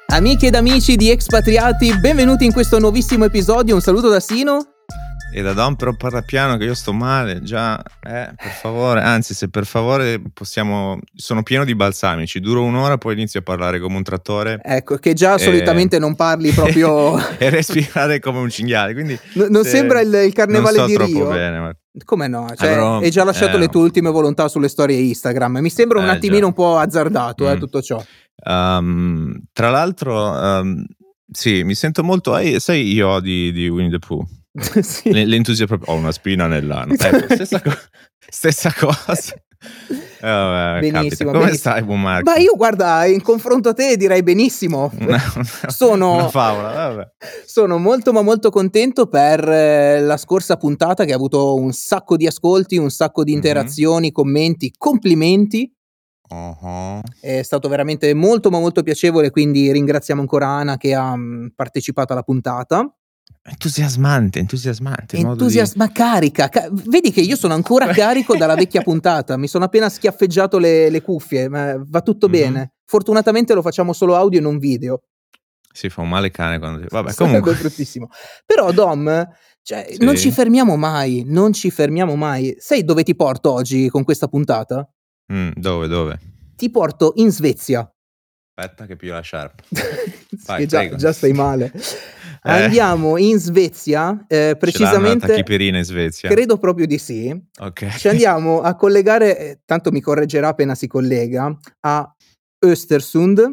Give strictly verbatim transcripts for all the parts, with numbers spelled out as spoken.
Amiche ed amici di Expatriati, benvenuti in questo nuovissimo episodio. Un saluto da Sino. E da Dom, però parla piano che io sto male, già, eh, per favore, anzi se per favore possiamo, sono pieno di balsamici, duro un'ora poi inizio a parlare come un trattore. Ecco, che già e... solitamente non parli proprio... e respirare come un cinghiale, quindi... No, non se... sembra il, il carnevale non so di troppo Rio. Bene, ma... Come no? Cioè, Avrò... hai già lasciato eh, le tue ultime volontà sulle storie Instagram. Mi sembra un eh, attimino già. un po' azzardato, mm. eh, tutto ciò. Um, tra l'altro, um, sì, mi sento molto... Eh, sai, io ho di, di Winnie the Pooh. Sì. L'entusiasmo proprio, ho una spina nell'ano, ecco, stessa, co- stessa cosa. Eh, vabbè, Benissimo, capita. Come benissimo. stai, buon Marco? Ma io guarda, in confronto a te direi benissimo. Una, una, sono, una favola, vabbè. Sono molto ma molto contento per eh, la scorsa puntata che ha avuto un sacco di ascolti, un sacco di interazioni, mm-hmm. commenti, complimenti. Uh-huh. È stato veramente molto ma molto piacevole, quindi ringraziamo ancora Ana che ha um, partecipato alla puntata. Entusiasmante, entusiasmante. Entusiasma di... carica. Ca- vedi che io sono ancora carico dalla vecchia puntata. Mi sono appena schiaffeggiato le, le cuffie, ma va tutto mm-hmm. bene. Fortunatamente lo facciamo solo audio e non video. Si fa un male cane quando... Vabbè, Sarebbe comunque... bruttissimo. Però Dom, cioè, sì. non ci fermiamo mai, non ci fermiamo mai. Sai dove ti porto oggi con questa puntata? Mm, dove, dove? Ti porto in Svezia. Aspetta che piglio la sciarpa. Vai, già, già stai male. Eh. Andiamo in Svezia, eh, precisamente Tachiperina in Svezia. Credo proprio di sì. Okay. Ci andiamo a collegare, eh, tanto mi correggerà appena si collega, a Östersund,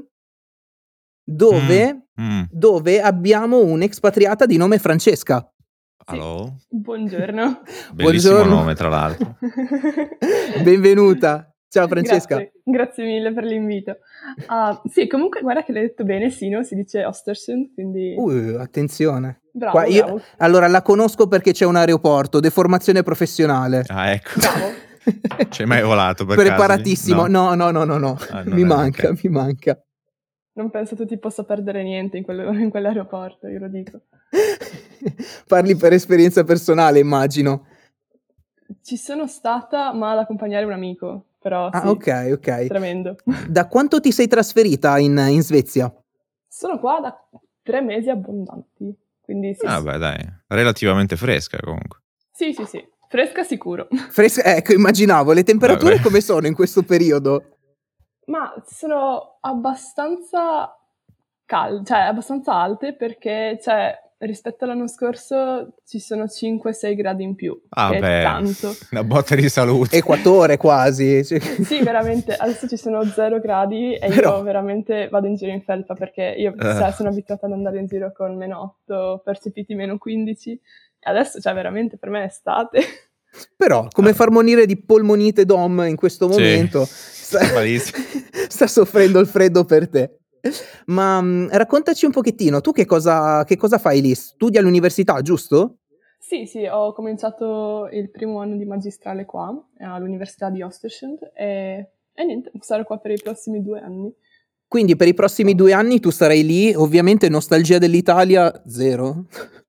dove, mm, mm. dove abbiamo un'expatriata di nome Francesca. Hello. Sì. Buongiorno. Bellissimo Buongiorno. nome, tra l'altro. Benvenuta. Ciao Francesca. Grazie, grazie mille per l'invito. Uh, sì, comunque guarda che l'hai detto bene, Sino, si dice Östersund, quindi... Uh, attenzione. Bravo, Qua io, bravo. Allora, la conosco perché c'è un aeroporto, deformazione professionale. Ah, ecco. Bravo. Ci hai mai volato per Preparatissimo. caso? No, no, no, no, no. no. Ah, mi manca, okay. mi manca. Non penso tu ti possa perdere niente in, quello, in quell'aeroporto, io lo dico. Parli per esperienza personale, immagino. Ci sono stata, ma ad accompagnare un amico. Però ah, sì, ok, ok. Tremendo. Da quanto ti sei trasferita in, in Svezia? Sono qua da tre mesi abbondanti, quindi sì. Ah, sì. beh, dai, relativamente fresca comunque. Sì, sì, sì, fresca sicuro. Fresca, ecco, immaginavo. Le temperature Vabbè. come sono in questo periodo? Ma sono abbastanza calde, cioè abbastanza alte perché, cioè, rispetto all'anno scorso ci sono cinque sei gradi in più, ah, che beh, è tanto. Una botta di salute. Equatore quasi. Sì, veramente, adesso ci sono zero gradi e Però... io veramente vado in giro in felpa perché io uh. cioè, sono abituata ad andare in giro con meno otto, percepiti meno quindici e adesso, cioè, veramente per me è estate. Però, come far morire di polmonite Dom in questo momento, sì. sta, sta soffrendo il freddo per te. Ma mh, raccontaci un pochettino, tu che cosa, che cosa fai lì? Studi all'università, giusto? Sì, sì, ho cominciato il primo anno di magistrale qua, all'Università di Östersund, e, e niente, sarò qua per i prossimi due anni. Quindi per i prossimi due anni tu starai lì, ovviamente nostalgia dell'Italia, zero?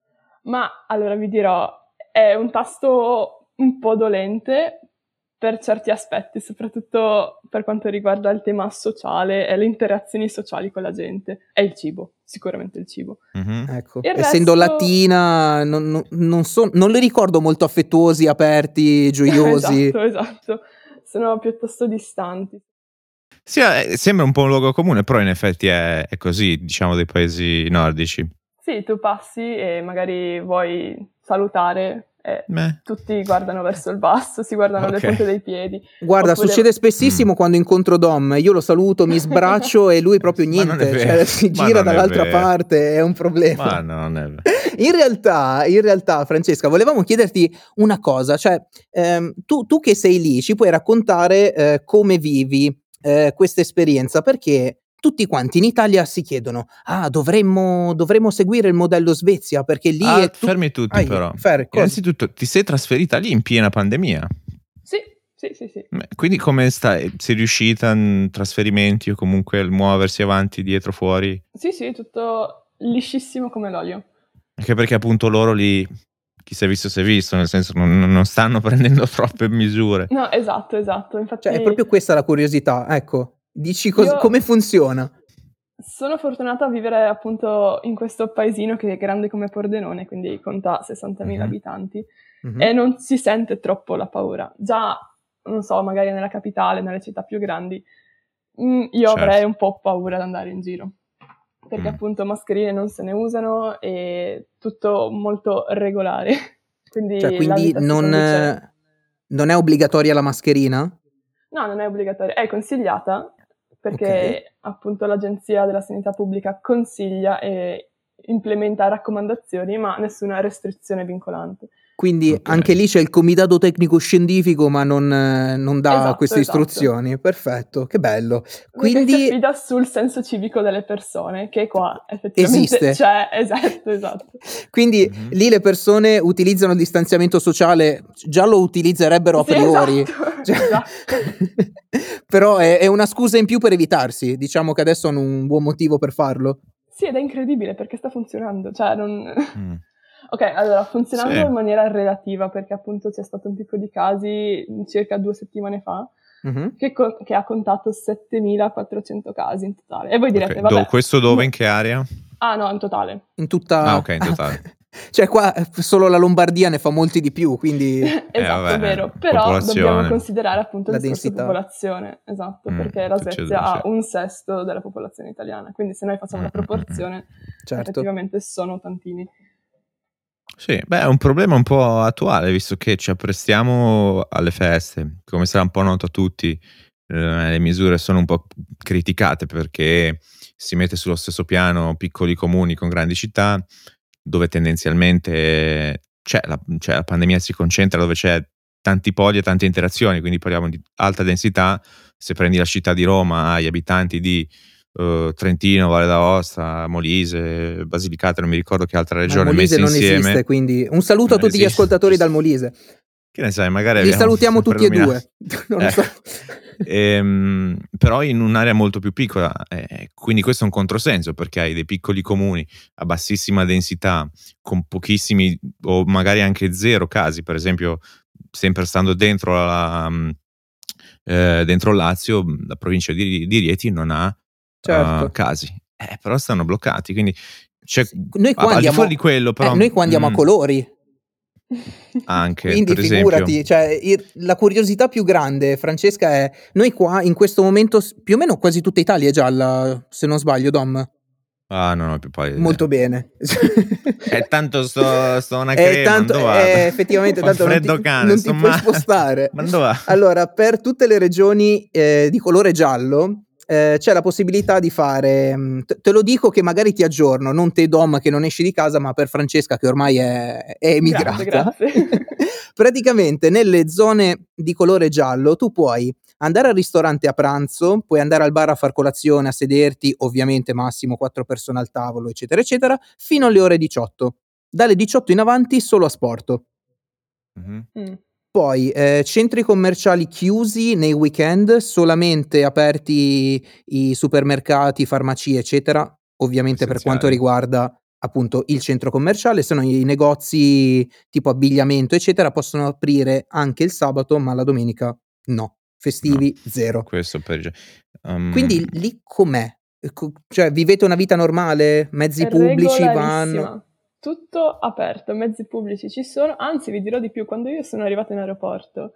Ma, allora vi dirò, è un tasto un po' dolente per certi aspetti, soprattutto per quanto riguarda il tema sociale e le interazioni sociali con la gente. E il cibo, sicuramente il cibo. Mm-hmm. Ecco, il essendo resto... latina, non, non, non, so, non li ricordo molto affettuosi, aperti, gioiosi. Esatto, esatto. Sono piuttosto distanti. Sì, sembra un po' un luogo comune, però in effetti è, è così, diciamo, dei paesi nordici. Sì, tu passi e magari vuoi salutare e Beh. tutti guardano verso il basso, si guardano okay. le punte dei piedi. Guarda, Oppure... succede spessissimo mm. quando incontro Dom, io lo saluto, mi sbraccio e lui proprio niente, cioè si gira dall'altra è parte, è un problema. Ma no, non è vero. In realtà, in realtà, Francesca, volevamo chiederti una cosa, cioè ehm, tu, tu che sei lì ci puoi raccontare eh, come vivi eh, questa esperienza, perché tutti quanti in Italia si chiedono ah dovremmo, dovremmo seguire il modello Svezia perché lì ah, è tu- fermi tutti ah, però fer, innanzitutto ti sei trasferita lì in piena pandemia? Sì, sì, sì, sì. Quindi come stai? Sei riuscita in trasferimenti o comunque muoversi avanti, dietro, fuori? Sì, sì, tutto liscissimo come l'olio. Anche perché appunto loro lì chi si è visto si è visto, nel senso non, non stanno prendendo troppe misure. No, esatto, esatto. Infatti cioè è proprio questa la curiosità, ecco. Dici cos- io... come funziona? sono fortunata a vivere appunto in questo paesino che è grande come Pordenone, quindi conta sessantamila Mhm. abitanti, Mhm. e non si sente troppo la paura. Già, non so, magari nella capitale, nelle città più grandi, mm, io Certo. avrei un po' paura ad andare in giro, perché Mm. appunto mascherine non se ne usano e tutto molto regolare. Quindi, Cioè, la quindi vita si non, conduce... non è obbligatoria la mascherina? No, non è obbligatoria, è consigliata perché Ok. appunto l'Agenzia della Sanità Pubblica consiglia e implementa raccomandazioni, ma nessuna restrizione vincolante. Quindi Ok. anche lì c'è il comitato tecnico scientifico, ma non, eh, non dà Esatto, queste esatto. istruzioni. Perfetto, che bello. Perché si Quindi affida sul senso civico delle persone, che qua effettivamente esiste. c'è. Esatto, esatto. Quindi Mhm. lì le persone utilizzano il distanziamento sociale, già lo utilizzerebbero a Sì, priori. esatto, Cioè, esatto. però è, è una scusa in più per evitarsi. Diciamo che adesso hanno un buon motivo per farlo. Sì, ed è incredibile perché sta funzionando, cioè non... Mm. Ok, allora, funzionando Sì. in maniera relativa, perché appunto c'è stato un picco di casi circa due settimane fa, Mhm. che, co- che ha contato settemilaquattrocento casi in totale. E voi direte, Ok, do- vabbè... questo dove, no- in che area? Ah no, in totale. In tutta... Ah, ok, in totale. Cioè qua eh, solo la Lombardia ne fa molti di più, quindi Esatto, vabbè, vero. Però popolazione. dobbiamo considerare appunto il la discorso densità. popolazione, esatto, Mm, perché la succede, Svezia ha sì. un sesto della popolazione italiana, quindi se noi facciamo Mm, la mm, mm, mm. proporzione, Certo. effettivamente sono tantini. Sì, beh, è un problema un po' attuale, visto che ci apprestiamo alle feste. Come sarà un po' noto a tutti, eh, le misure sono un po' criticate perché si mette sullo stesso piano piccoli comuni con grandi città, dove tendenzialmente c'è la, cioè la pandemia si concentra dove c'è tanti poli e tante interazioni, quindi parliamo di alta densità. Se prendi la città di Roma, hai abitanti di Uh, Trentino, Valle d'Aosta, Molise, Basilicata, non mi ricordo che altra Ma il regione Molise messe non insieme. esiste, quindi un saluto a Non tutti gli esiste, ascoltatori giusto. dal Molise. Che ne sai, magari Li abbiamo salutiamo tutti e predominato. due. Non lo Ecco. so. Ehm, però in un'area molto più piccola, eh, quindi questo è un controsenso perché hai dei piccoli comuni a bassissima densità con pochissimi o magari anche zero casi, per esempio sempre stando dentro la, eh, dentro Lazio, la provincia di, di Rieti non ha Certo. uh, casi, eh, però stanno bloccati, quindi c'è, Sì. Noi qua al andiamo, di fuori di quello però eh, noi qua andiamo mm, a colori. anche Quindi per esempio figurati, cioè, il- la curiosità più grande, Francesca, è noi qua in questo momento s- più o meno quasi tutta Italia è gialla, se non sbaglio, Dom. ah no no più poi Molto bene. è tanto sto, sto una È crema, tanto, dove vado? è effettivamente Fa tanto non freddo ti, cane, non sto ti puoi male. spostare. Ma dove va? Allora, per tutte le regioni eh, di colore giallo eh, c'è la possibilità di fare, mh, te, te lo dico che magari ti aggiorno, non te Dom che non esci di casa, ma per Francesca che ormai è, è emigrata. Grazie, grazie. Praticamente nelle zone di colore giallo tu puoi andare al ristorante a pranzo, puoi andare al bar a far colazione, a sederti, ovviamente massimo quattro persone al tavolo, eccetera, eccetera, fino alle ore diciotto. Dalle diciotto in avanti solo a sport. Mm-hmm. Mm. Poi eh, centri commerciali chiusi nei weekend, solamente aperti i supermercati, farmacie, eccetera, ovviamente per quanto Essenziali. riguarda appunto il centro commerciale, se no i negozi tipo abbigliamento, eccetera, possono aprire anche il sabato, ma la domenica no. Festivi No, zero. questo per um, Quindi lì com'è? Co- Cioè vivete una vita normale? Mezzi pubblici, van? Regolarissima. Tutto aperto, mezzi pubblici ci sono, anzi vi dirò di più, quando io sono arrivata in aeroporto,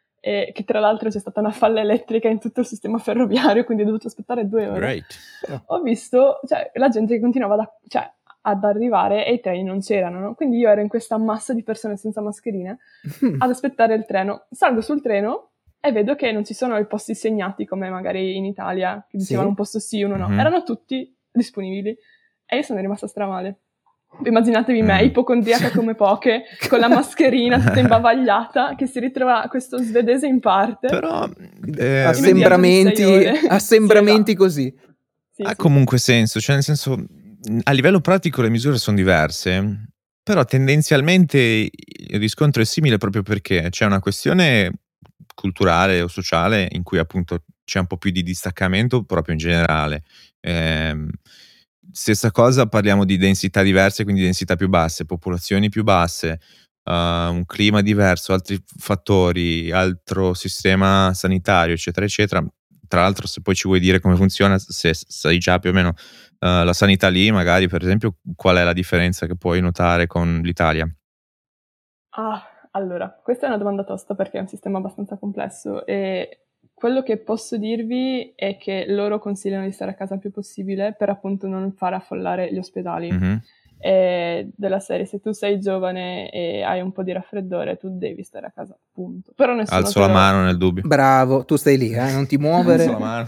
e che tra l'altro c'è stata una falla elettrica in tutto il sistema ferroviario, quindi ho dovuto aspettare due ore, great. ho visto, cioè, la gente che continuava ad, cioè, ad arrivare e i treni non c'erano, no? Quindi io ero in questa massa di persone senza mascherine ad aspettare il treno. Salgo sul treno e vedo che non ci sono i posti segnati come magari in Italia, che dicevano Sì. un posto sì, uno no. Mhm. Erano tutti disponibili e io sono rimasta stramale. Immaginatevi me, Mm. ipocondriaca come poche, con la mascherina tutta imbavagliata, che si ritrova questo svedese in parte. Però eh, assembramenti, in un viaggio di sei ore. assembramenti Sì, così. Sì, ha sì. comunque senso, cioè nel senso a livello pratico le misure sono diverse, però tendenzialmente il riscontro è simile proprio perché c'è una questione culturale o sociale in cui appunto c'è un po' più di distaccamento proprio in generale. Ehm, stessa cosa, parliamo di densità diverse, quindi densità più basse, popolazioni più basse, uh, un clima diverso, altri fattori, altro sistema sanitario, eccetera, eccetera. Tra l'altro, se poi ci vuoi dire come funziona, se sai già più o meno uh, la sanità lì, magari, per esempio, qual è la differenza che puoi notare con l'Italia? Ah, allora, questa è una domanda tosta perché è un sistema abbastanza complesso e quello che posso dirvi è che loro consigliano di stare a casa il più possibile per appunto non far affollare gli ospedali. Mhm. E della serie, se tu sei giovane e hai un po' di raffreddore, tu devi stare a casa, punto. Però nessuno Alzo te la lo... mano nel dubbio. Bravo, tu stai lì, eh, non ti Alzo muovere. la mano.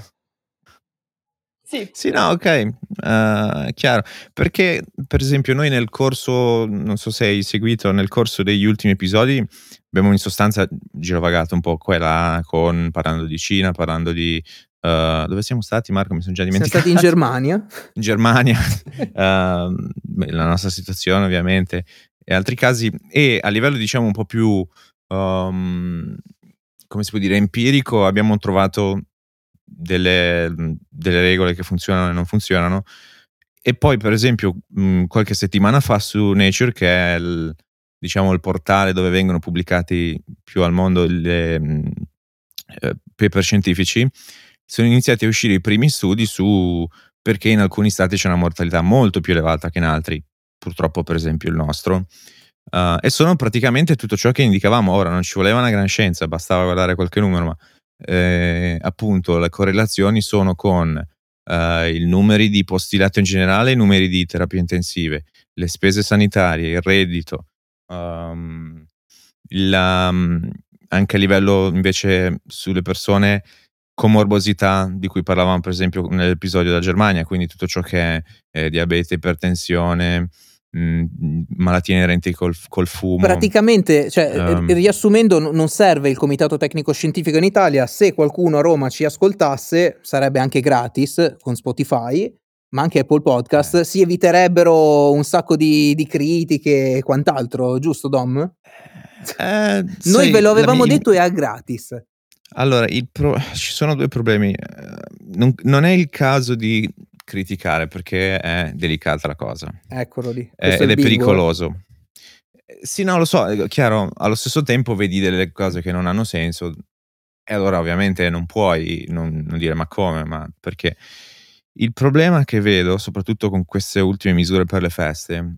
Sì, Sì, no, ok, uh, chiaro. Perché, per esempio, noi nel corso, non so se hai seguito, nel corso degli ultimi episodi abbiamo in sostanza girovagato un po' qua e là, con, parlando di Cina, parlando di... uh, dove siamo stati, Marco? Mi sono già Siamo dimenticato. stati in Germania. In Germania, uh, beh, la nostra situazione ovviamente, e altri casi. E a livello, diciamo, un po' più, um, come si può dire, empirico, abbiamo trovato delle, delle regole che funzionano e non funzionano. E poi, per esempio, mh, qualche settimana fa su Nature, che è il, diciamo, il portale dove vengono pubblicati più al mondo le mh, eh, paper scientifici, sono iniziati a uscire i primi studi su perché in alcuni stati c'è una mortalità molto più elevata che in altri, purtroppo per esempio il nostro. Uh, e sono praticamente tutto ciò che indicavamo. Ora non ci voleva una gran scienza, bastava guardare qualche numero, ma eh, appunto le correlazioni sono con uh, i numeri di posti letto in generale, i numeri di terapie intensive, le spese sanitarie, il reddito, um, la, anche a livello invece sulle persone con morbosità di cui parlavamo per esempio nell'episodio della Germania, quindi tutto ciò che è eh, diabete, ipertensione, mh, malattie inerenti col, col fumo. Praticamente, cioè, um, riassumendo, n- non serve il comitato tecnico scientifico in Italia. Se qualcuno a Roma ci ascoltasse, sarebbe anche gratis con Spotify, ma anche Apple Podcast, Eh. si eviterebbero un sacco di, di critiche e quant'altro, giusto Dom? Eh, Noi sai, ve lo la avevamo mi- detto e a gratis. Allora, il pro- ci sono due problemi. Eh, Non, non è il caso di criticare perché è delicata la cosa. Eccolo lì, Eh, questo è ed il è bingo. pericoloso. Eh, Sì, no, lo so, è chiaro, allo stesso tempo vedi delle cose che non hanno senso e allora ovviamente non puoi non, non dire ma come, ma perché. Il problema che vedo, soprattutto con queste ultime misure per le feste,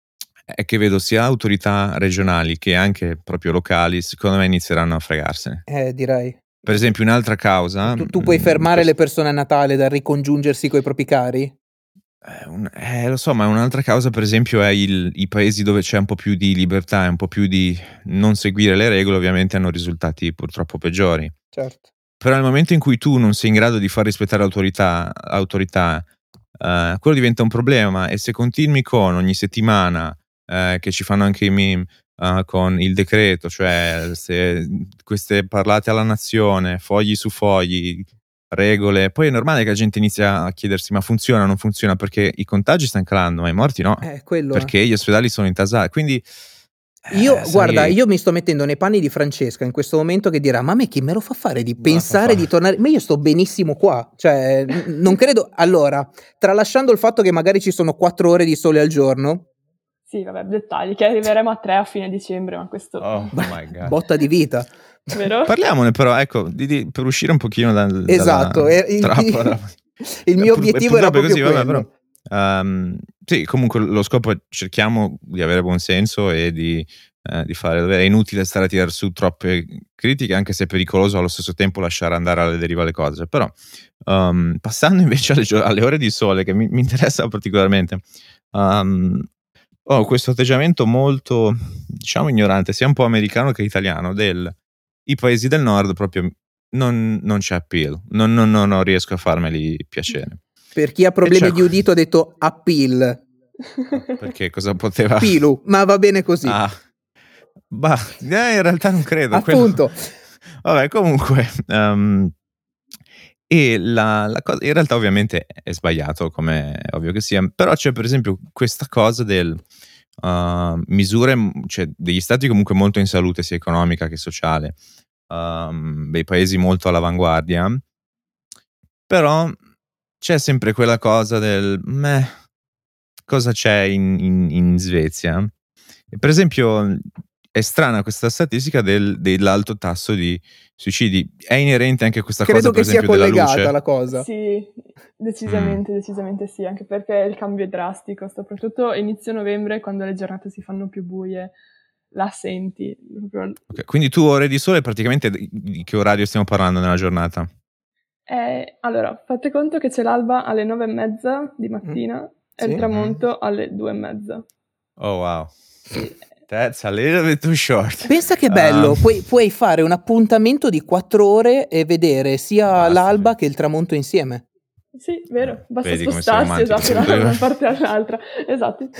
è che vedo sia autorità regionali che anche proprio locali, secondo me inizieranno a fregarsene. Eh, direi. Per esempio, un'altra causa, Tu, tu puoi mh, fermare quest- le persone a Natale dal ricongiungersi coi propri cari? eh, un- eh, lo so, ma un'altra causa, per esempio, è il- i paesi dove c'è un po' più di libertà e un po' più di non seguire le regole, ovviamente hanno risultati purtroppo peggiori. Certo. Però nel momento in cui tu non sei in grado di far rispettare l'autorità, autorità, eh, quello diventa un problema. E se continui con ogni settimana, eh, che ci fanno anche i meme, eh, con il decreto, cioè se queste parlate alla nazione, fogli su fogli, regole, poi è normale che la gente inizia a chiedersi ma funziona o non funziona, perché i contagi stanno calando, ma i morti no, Eh, quello è. perché gli ospedali sono intasati. Quindi, Io, eh, sai, guarda, io mi sto mettendo nei panni di Francesca in questo momento che dirà: ma a me chi me lo fa fare di Me la fa pensare fare. di tornare? Ma io sto benissimo qua, cioè, n- non credo. Allora, tralasciando il fatto che magari ci sono quattro ore di sole al giorno, sì, vabbè, dettagli, che arriveremo a tre a fine dicembre, ma questo... Oh my God. botta di vita. Vero? Parliamone però, ecco, di, di- per uscire un pochino dal, Esatto, dalla e il, trappola. il mio Pur- obiettivo era purtroppo è proprio così, vabbè, quello. però, ehm, sì, comunque lo scopo è cerchiamo di avere buon senso e di, eh, di fare. È inutile stare a tirare su troppe critiche, anche se è pericoloso allo stesso tempo lasciare andare alle deriva le cose. Però, ehm, passando invece alle, gio- alle ore di sole, che mi, mi interessa particolarmente, ehm, ho questo atteggiamento molto, diciamo, ignorante, sia un po' americano che italiano, del i paesi del nord proprio non, non c'è appeal, non, non, non, non riesco a farmeli piacere. Per chi ha E problemi c'è- di udito ho detto appeal, Perché cosa poteva... pilu, ma va bene così. Ah, bah, eh, in realtà non credo. quello- Appunto. Vabbè, comunque... ehm, e la, la cosa, in realtà ovviamente è sbagliato, come è ovvio che sia, però c'è per esempio questa cosa del uh, misure, cioè degli stati comunque molto in salute sia economica che sociale, um, dei paesi molto all'avanguardia, però c'è sempre quella cosa del meh, cosa c'è in, in, in Svezia? E per esempio è strana questa statistica del, dell'alto tasso di suicidi. È inerente anche questa Credo cosa, per che sia esempio, della collegata luce? la cosa. Sì, decisamente, mm. decisamente sì, anche perché il cambio è drastico, soprattutto inizio novembre, quando le giornate si fanno più buie, la senti. Okay, quindi tu ore di sole, praticamente di che orario stiamo parlando nella giornata? Eh, allora, fate conto che c'è l'alba alle nove e mezza di mattina mm. e sì? il tramonto alle due e mezza. Oh wow. Sì. That's a little bit too short. Pensa che bello, um, puoi, puoi fare un appuntamento di quattro ore e vedere sia basta, l'alba sì. che il tramonto insieme. Sì, vero, basta Vedi spostarsi esatto, da una parte all'altra. Esatto.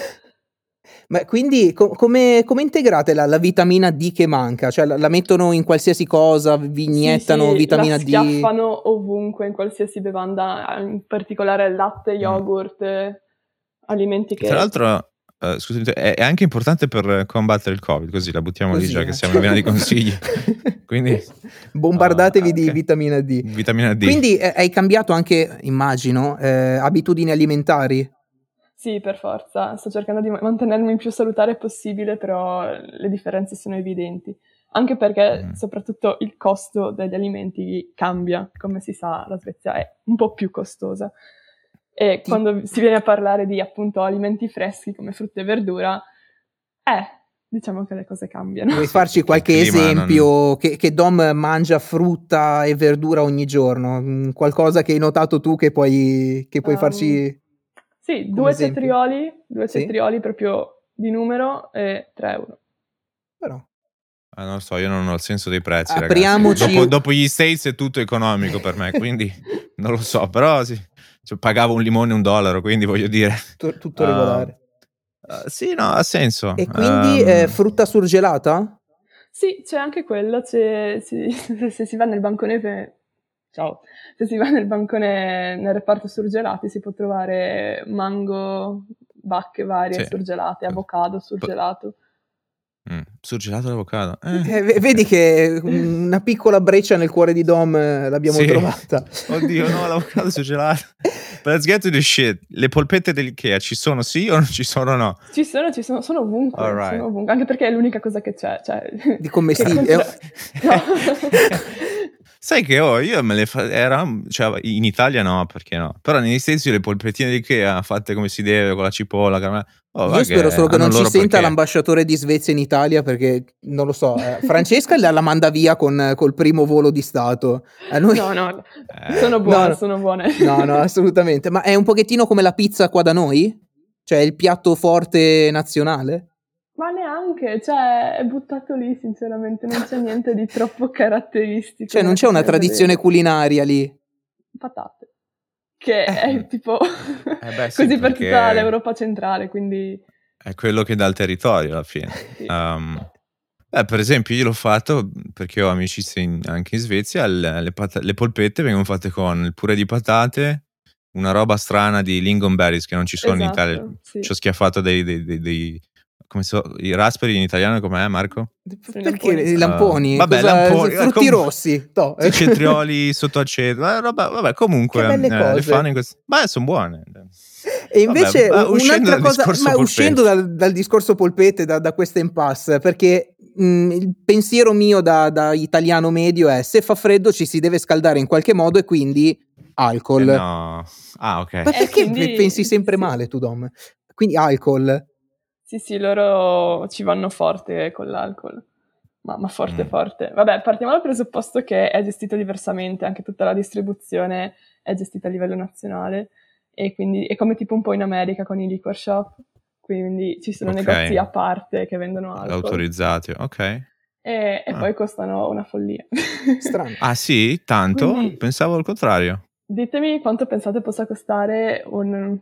Ma quindi co- come, come integrate la, la vitamina D che manca? Cioè la, la mettono in qualsiasi cosa, vi iniettano sì, sì, vitamina la D? schiaffano ovunque, in qualsiasi bevanda, in particolare latte, yogurt, mm. alimenti che... Tra l'altro... Uh, scusami, è, è anche importante per combattere il Covid, così la buttiamo così, lì già eh. che siamo in vena di consigli. Quindi bombardatevi uh, okay. di vitamina D. Vitamina D. Quindi eh, hai cambiato anche, immagino, eh, abitudini alimentari? Sì, per forza. Sto cercando di mantenermi il più salutare possibile, però le differenze sono evidenti. Anche perché mm. soprattutto il costo degli alimenti cambia. Come si sa, la Svezia è un po' più costosa. E Ti... quando si viene a parlare di appunto alimenti freschi come frutta e verdura, eh, diciamo che le cose cambiano. Vuoi farci qualche esempio non... che, che Dom mangia frutta e verdura ogni giorno? Qualcosa che hai notato tu che puoi, che puoi um, farci? Sì, due esempio? cetrioli, due sì? cetrioli proprio di numero e tre euro. Però... Ah, non lo so, io non ho il senso dei prezzi, Apriamoci... ragazzi. Dopo, dopo gli States è tutto economico per me, quindi non lo so, però sì. Cioè, pagavo un limone un dollaro, quindi voglio dire... T- tutto regolare. Uh, uh, sì, no, ha senso. E quindi um, eh, frutta surgelata? Sì, c'è anche quello. C'è, si, se si va nel bancone... Per... Ciao. Se si va nel bancone, nel reparto surgelati, si può trovare mango, bacche varie sì. surgelate, avocado surgelato. Mm, surgelato l'avocado. Eh. Eh, vedi che una piccola breccia nel cuore di Dom l'abbiamo sì. trovata. Oddio, no, l'avocado surgelato. But let's get to the shit. Le polpette dell'Ikea ci sono sì o non ci sono no? Ci sono, ci sono, sono ovunque, right. sono ovunque, anche perché è l'unica cosa che c'è. Cioè, di commestibile. No. Sai che oh, io me le fa... era cioè in Italia no, perché no? Però negli Stati Uniti le polpettine di Ikea fatte come si deve, con la cipolla, caramella. Oh, io spero solo che non ci senta perché... l'ambasciatore di Svezia in Italia, perché non lo so, eh, Francesca la, la manda via con col primo volo di Stato. Eh, noi... No, no, eh... sono buone, no, sono buone. No, no, assolutamente. Ma è un pochettino come la pizza qua da noi? Cioè il piatto forte nazionale? Ma neanche, cioè è buttato lì sinceramente, non c'è niente di troppo caratteristico. Cioè non c'è una tradizione vedere. culinaria lì? Patate, che eh. è tipo eh beh, sì, così per tutta l'Europa centrale, quindi... È quello che dà il territorio alla fine. Sì. Um, eh, per esempio io l'ho fatto perché ho amicizie in, anche in Svezia, le, le, pat- le polpette vengono fatte con il purè di patate, una roba strana di lingonberries che non ci sono esatto, in Italia, sì. ci ho schiaffato dei... dei, dei, dei come so, i raspberry in italiano com'è, Marco? Perché i lamponi? Uh, vabbè, Cosa, lamponi, frutti com- rossi. No. I cetrioli sotto aceto, eh, roba, vabbè, comunque che belle eh, cose. le fanno in questo. Ma sono buone. E invece vabbè, un'altra cosa, ma polpette. uscendo dal, dal discorso polpette, da, da questa impasse, perché mh, il pensiero mio da, da italiano medio è: se fa freddo ci si deve scaldare in qualche modo e quindi alcol. Eh no. Ah, ok. Ma perché eh, quindi... pensi sempre male tu, Dom? Quindi alcol. Sì, sì, loro ci vanno forte con l'alcol, ma, ma forte mm. forte. Vabbè, partiamo dal presupposto che è gestito diversamente, anche tutta la distribuzione è gestita a livello nazionale, e quindi è come tipo un po' in America con i liquor shop, quindi ci sono okay. negozi a parte che vendono alcol. Autorizzati, ok. E, e ah. poi costano una follia. Strano. Ah sì? Tanto? Quindi, pensavo al contrario. Ditemi quanto pensate possa costare un...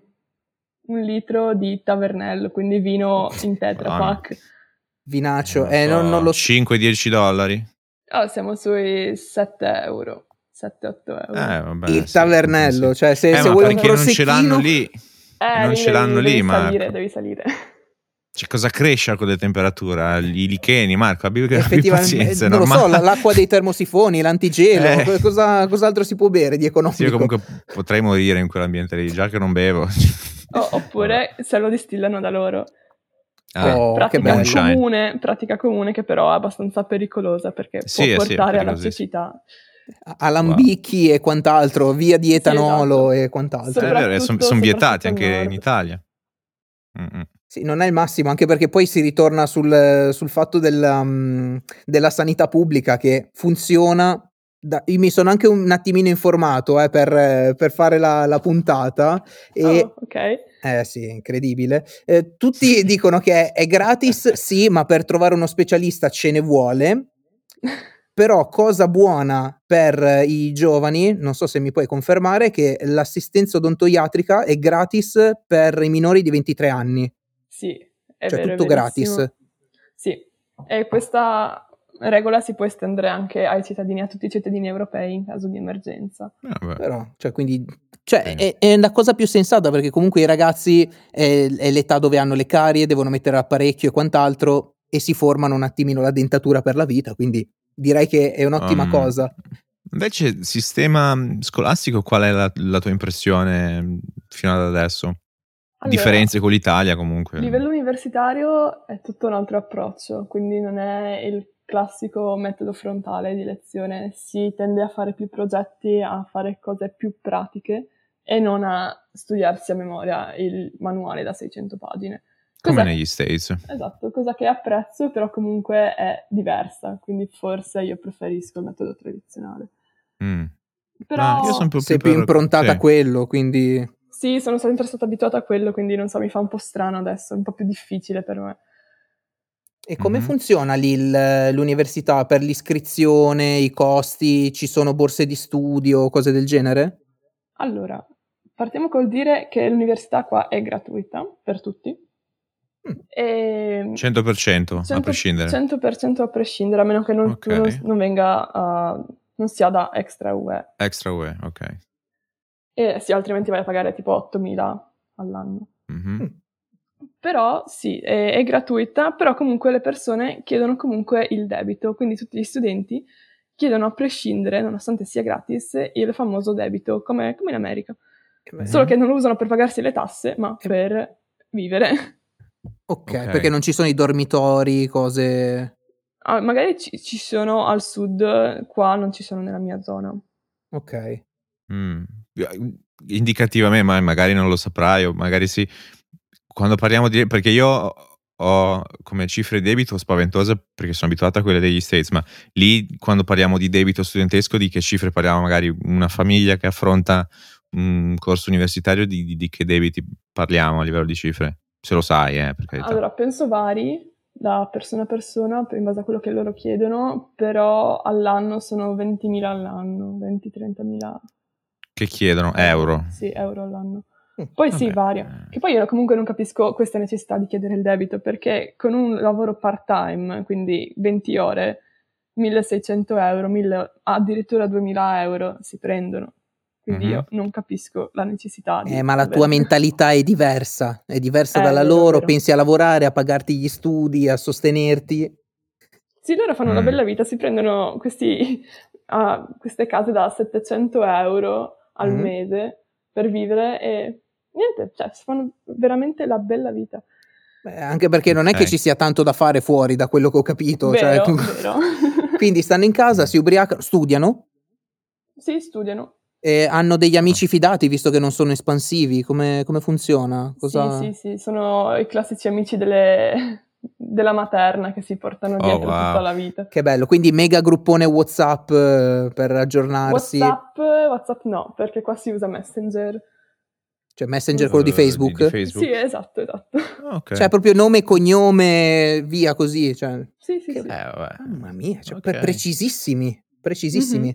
un litro di Tavernello, quindi vino in Tetra Pak. Oh, no. Vinaccio, non eh, so, non, non lo cinque dieci dollari? Oh, siamo sui sette euro, sette otto euro. Eh, vabbè, il sì, Tavernello, sì. cioè se, eh, se vuoi un prosecchino... non ce l'hanno lì, eh, non lì ce l'hanno devi, lì, devi ma... salire, devi salire. Cioè, cosa cresce con le temperature? I licheni, Marco, abbi, abbi pazienza, non lo so, l'acqua dei termosifoni, l'antigelo, eh. cosa, cos'altro si può bere di economico? Sì, io comunque potrei morire in quell'ambiente lì, già che non bevo. Oh, oppure se lo distillano da loro. Ah, Oh, che pratica Moonshine. comune, pratica comune che però è abbastanza pericolosa perché Sì, può eh sì, è portare alla pericolosissimo. cecità. Alambicchi e quant'altro, via di Sì, etanolo esatto. e quant'altro. È vero, sono Soprattutto, vietati soprattutto al anche in nord. Italia. Mm-mm. Sì, non è il massimo, anche perché poi si ritorna sul, sul fatto della, um, della sanità pubblica che funziona. Da, io mi sono anche un attimino informato eh, per, per fare la, la puntata e Oh, ok. eh sì, è incredibile. Eh, tutti dicono che è, è gratis, sì, ma per trovare uno specialista ce ne vuole. Però cosa buona per i giovani, non so se mi puoi confermare, che l'assistenza odontoiatrica è gratis per i minori di ventitré anni. Sì, è Cioè vero, è tutto verissimo. gratis. Sì, e questa regola si può estendere anche ai cittadini, a tutti i cittadini europei in caso di emergenza. Ah, beh. Però, cioè, quindi, cioè, Sì. è, è la cosa più sensata perché comunque i ragazzi è, è l'età dove hanno le carie, devono mettere l'apparecchio e quant'altro e si formano un attimino la dentatura per la vita, quindi direi che è un'ottima Um, cosa. Invece, sistema scolastico, qual è la, la tua impressione fino ad adesso? Allora, Differenze con l'Italia comunque? a livello universitario è tutto un altro approccio, quindi non è il classico metodo frontale di lezione, si tende a fare più progetti, a fare cose più pratiche e non a studiarsi a memoria il manuale da seicento pagine. Come Cosa- negli States. Esatto, cosa che apprezzo, però comunque è diversa, quindi forse io preferisco il metodo tradizionale. Mm. Però No, io sono un po' Sei più più per... improntata sì. a quello, quindi... sì, sono sempre stata abituata a quello, quindi non so, mi fa un po' strano adesso, è un po' più difficile per me. E come Mhm. funziona lì il- l'università per l'iscrizione, i costi? Ci sono borse di studio, cose del genere? Allora, partiamo col dire che l'università qua è gratuita per tutti. Mm. E cento per cento a cento prescindere. cento per cento a prescindere, a meno che non, Ok. tu non, non venga, uh, non sia da extra U E. Extra U E, ok. E sì, altrimenti vai a pagare tipo ottomila all'anno. Mhm. Mm. Però sì, è, è gratuita, però comunque le persone chiedono comunque il debito, quindi tutti gli studenti chiedono a prescindere, nonostante sia gratis, il famoso debito, come, come in America. Eh, Solo che non lo usano per pagarsi le tasse, ma Eh. per vivere. Ok, Ok. perché non ci sono i dormitori, cose... Ah, magari ci, ci sono al sud, qua non ci sono nella mia zona. Ok. Mm. Indicativamente, ma magari non lo saprai, o magari sì. Quando parliamo di... perché io ho come cifre di debito spaventose perché sono abituato a quelle degli States, ma lì quando parliamo di debito studentesco di che cifre parliamo? Magari una famiglia che affronta un corso universitario, di, di, di che debiti parliamo a livello di cifre? Se lo sai, eh, per carità. Allora, penso vari da persona a persona, in base a quello che loro chiedono, però all'anno sono ventimila all'anno, venti-trentamila Che chiedono? euro. Euro. Sì, euro all'anno. Mm. Poi sì, Vabbè. varia. Che poi io comunque non capisco questa necessità di chiedere il debito, perché con un lavoro part-time, quindi venti ore, milleseicento euro, mille, addirittura duemila euro si prendono. Quindi Mhm. io non capisco la necessità di... Eh, ma la tua avere- mentalità è diversa, è diversa Eh, dalla vero, loro, vero. pensi a lavorare, a pagarti gli studi, a sostenerti. Sì, loro fanno una Mm. bella vita, si prendono questi, ah, queste case da settecento euro al Mm. mese per vivere e niente, cioè si fanno veramente la bella vita. Beh, anche perché non è che Ok. ci sia tanto da fare fuori, da quello che ho capito. Cioè, Vero, vero. quindi stanno in casa, si ubriacano, studiano Sì, studiano. e hanno degli Ah. amici fidati, visto che non sono espansivi. Come, come funziona? Cosa... Sì, sì, sì, sono i classici amici delle- della materna che si portano Oh, dietro wow. tutta la vita. Che bello, quindi mega gruppone WhatsApp eh, per aggiornarsi. WhatsApp, WhatsApp no, perché qua si usa Messenger. Cioè Messenger, quello di Uh, di, Facebook. di Facebook? Sì, esatto, esatto. Ah, ok. Cioè proprio nome e cognome, via così. Cioè. Sì, sì, Che- sì. Eh, vabbè. Mamma mia, cioè, Ok. pre- precisissimi, precisissimi.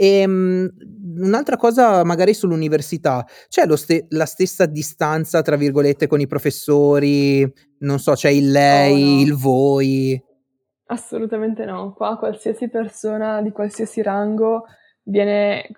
E, un'altra cosa magari sull'università, c'è lo ste- la stessa distanza, tra virgolette, con i professori? Non so, c'è il lei, Oh, no. il voi? Assolutamente no. Qua qualsiasi persona di qualsiasi rango viene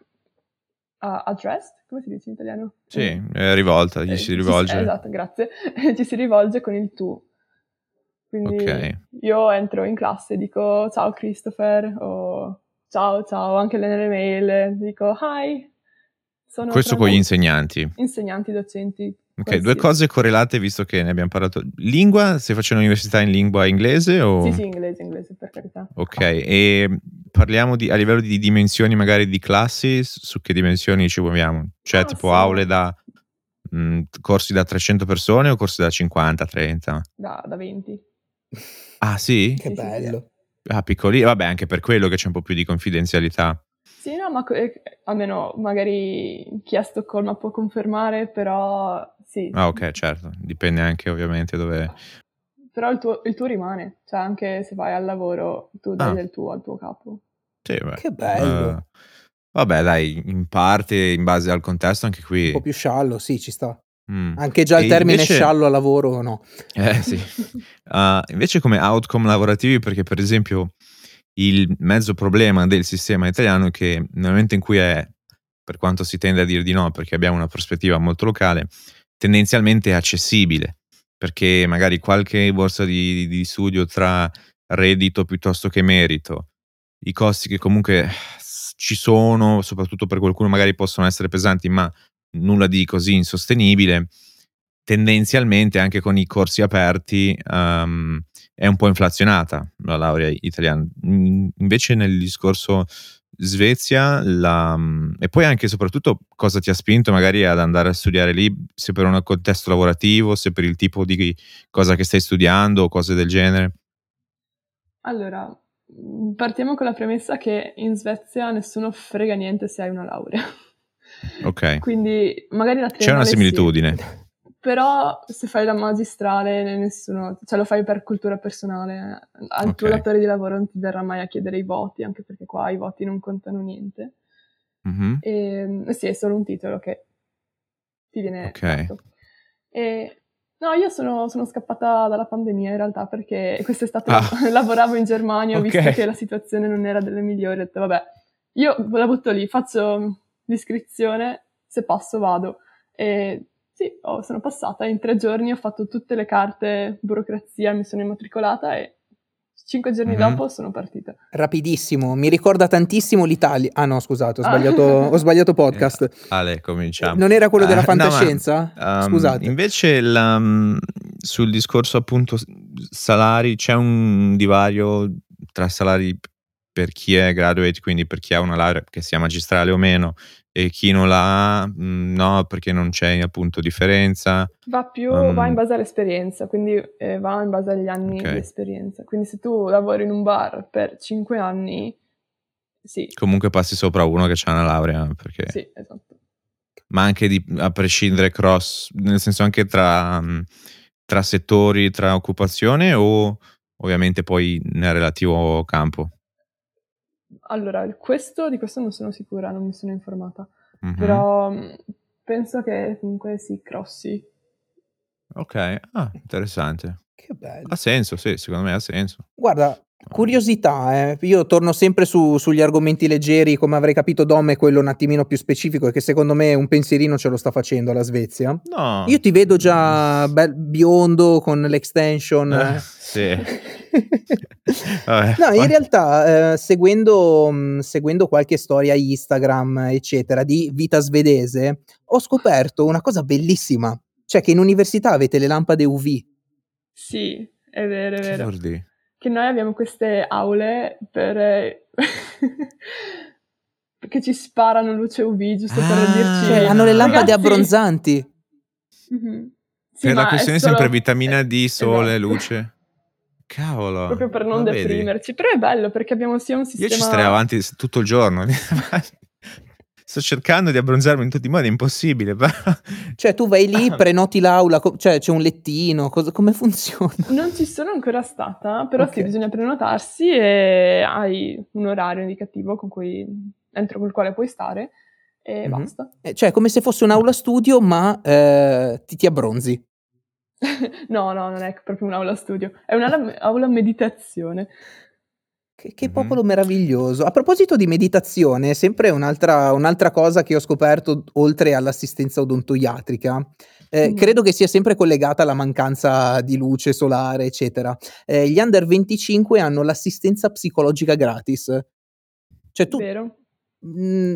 uh, addressed, come si dice in italiano? Sì, Eh, è rivolta, gli eh, si ci rivolge. eh, esatto, grazie. Ci si rivolge con il tu. Quindi Ok. io entro in classe e dico ciao Christopher o ciao ciao, anche nelle mail dico hi. Sono Questo con gli Francesca. insegnanti. Insegnanti, docenti, Ok, due cose correlate visto che ne abbiamo parlato. Lingua, stai facendo università in lingua inglese o? Sì, sì, inglese, inglese, per carità. Ok, e parliamo di, a livello di dimensioni magari di classi, su che dimensioni ci muoviamo? Cioè Ah, tipo sono- aule da, mh, corsi da trecento persone o corsi da cinquanta, trenta? Da, da venti. Ah sì? Che Sì, sì, sì. bello. Ah, piccoli, vabbè, anche per quello che c'è un po' più di confidenzialità. Sì, no, ma co- eh, almeno magari chi è a Stoccolma può confermare, però sì. Ah, ok, certo, dipende anche ovviamente dove. Però il tuo, il tuo rimane, cioè anche se vai al lavoro tu dai Ah. del tuo al tuo capo. Sì, beh. Che bello. Eh, vabbè, dai, in parte, in base al contesto, anche qui. Un po' più sciallo, sì, ci sta. Mm. Anche già il E termine invece- sciallo a lavoro, no. Eh sì. Uh, invece come outcome lavorativi, perché per esempio il mezzo problema del sistema italiano è che nel momento in cui è, per quanto si tende a dire di no, perché abbiamo una prospettiva molto locale, tendenzialmente è accessibile, perché magari qualche borsa di, di studio tra reddito piuttosto che merito, i costi che comunque s- ci sono, soprattutto per qualcuno magari possono essere pesanti, ma nulla di così insostenibile, tendenzialmente anche con i corsi aperti um, è un po' inflazionata la laurea italiana. Mm, Invece nel discorso Svezia, la, e poi anche e soprattutto cosa ti ha spinto magari ad andare a studiare lì, se per un contesto lavorativo, se per il tipo di cosa che stai studiando o cose del genere? Allora, mh, partiamo con la premessa che in Svezia nessuno frega niente se hai una laurea. Ok. Quindi magari la C'è una triennale sì. similitudine. Però se fai la magistrale nessuno, cioè lo fai per cultura personale, al tuo Ok. datore di lavoro non ti verrà mai a chiedere i voti, anche perché qua i voti non contano niente. Mhm. E sì, è solo un titolo che ti viene Ok. dato. E no, io sono, sono scappata dalla pandemia in realtà perché quest'estate Ah. lav- lavoravo in Germania, ho Ok. visto che la situazione non era delle migliori, ho detto vabbè, io la butto lì, faccio l'iscrizione, se passo vado. E sì, oh, sono passata, in tre giorni ho fatto tutte le carte, burocrazia, mi sono immatricolata e cinque giorni Mhm. dopo sono partita. Rapidissimo, mi ricorda tantissimo l'Italia. Ah no, scusate, ho Ah. sbagliato, ho sbagliato podcast. Eh, Ale, Eh, cominciamo. non era quello della Ah, no, ma, fantascienza? um, Scusate. Invece la, um, sul discorso appunto s- salari, c'è un divario tra salari p- per chi è graduate, quindi per chi ha una laurea, che sia magistrale o meno, e chi non l'ha, mm, no, perché non c'è appunto differenza. Va più, Um, va in base all'esperienza, quindi eh, va in base agli anni Ok. di esperienza. Quindi se tu lavori in un bar per cinque anni, sì, Comunque passi sopra uno che ha una laurea, perché. sì, esatto. Ma anche di, a prescindere cross, nel senso anche tra, mh, tra settori, tra occupazione o ovviamente poi nel relativo campo? Allora, questo, di questo non sono sicura, non mi sono informata, Mhm. però mh, penso che comunque si crossi. Ok, ah, interessante. Che bello. Ha senso, sì, secondo me ha senso. Guarda, curiosità, eh. Io torno sempre su, sugli argomenti leggeri, come avrei capito Dom è quello un attimino più specifico e che secondo me un pensierino ce lo sta facendo la Svezia. No. Io ti vedo già bel biondo con l'extension. Eh, eh. sì. Vabbè, No, in poi- realtà, eh, seguendo, mh, seguendo qualche storia Instagram, eccetera, di vita svedese, ho scoperto una cosa bellissima, cioè che in università avete le lampade U V. Sì, è vero, è Che vero. vuol dire? Che noi abbiamo queste aule per eh, che ci sparano luce U V, giusto per Ah. dirci... Cioè, hanno le lampade Ragazzi- abbronzanti. Mhm. Sì, Per la ma è questione solo- sempre vitamina D, sole, esatto. luce. Cavolo. Proprio per non ma vedi? deprimerci. Però è bello perché abbiamo sia un sistema... Io ci starei avanti s- tutto il giorno. Sto cercando di abbronzarmi in tutti i modi, è impossibile. Però. Cioè, tu vai lì, prenoti l'aula, co- cioè c'è un lettino, cosa- come funziona? Non ci sono ancora stata, però Ok. sì, bisogna prenotarsi e hai un orario indicativo con cui, entro col quale puoi stare e Mhm. basta. Eh, Cioè, come se fosse un'aula studio, ma eh, ti, ti abbronzi. No, no, non è proprio un'aula studio, è un'aula aula meditazione. Che, che Mhm. popolo meraviglioso. A proposito di meditazione, sempre un'altra, un'altra cosa che ho scoperto oltre all'assistenza odontoiatrica, eh, Mm. credo che sia sempre collegata alla mancanza di luce solare, eccetera. Eh, gli under venticinque hanno l'assistenza psicologica gratis. Cioè tu, Vero? mh,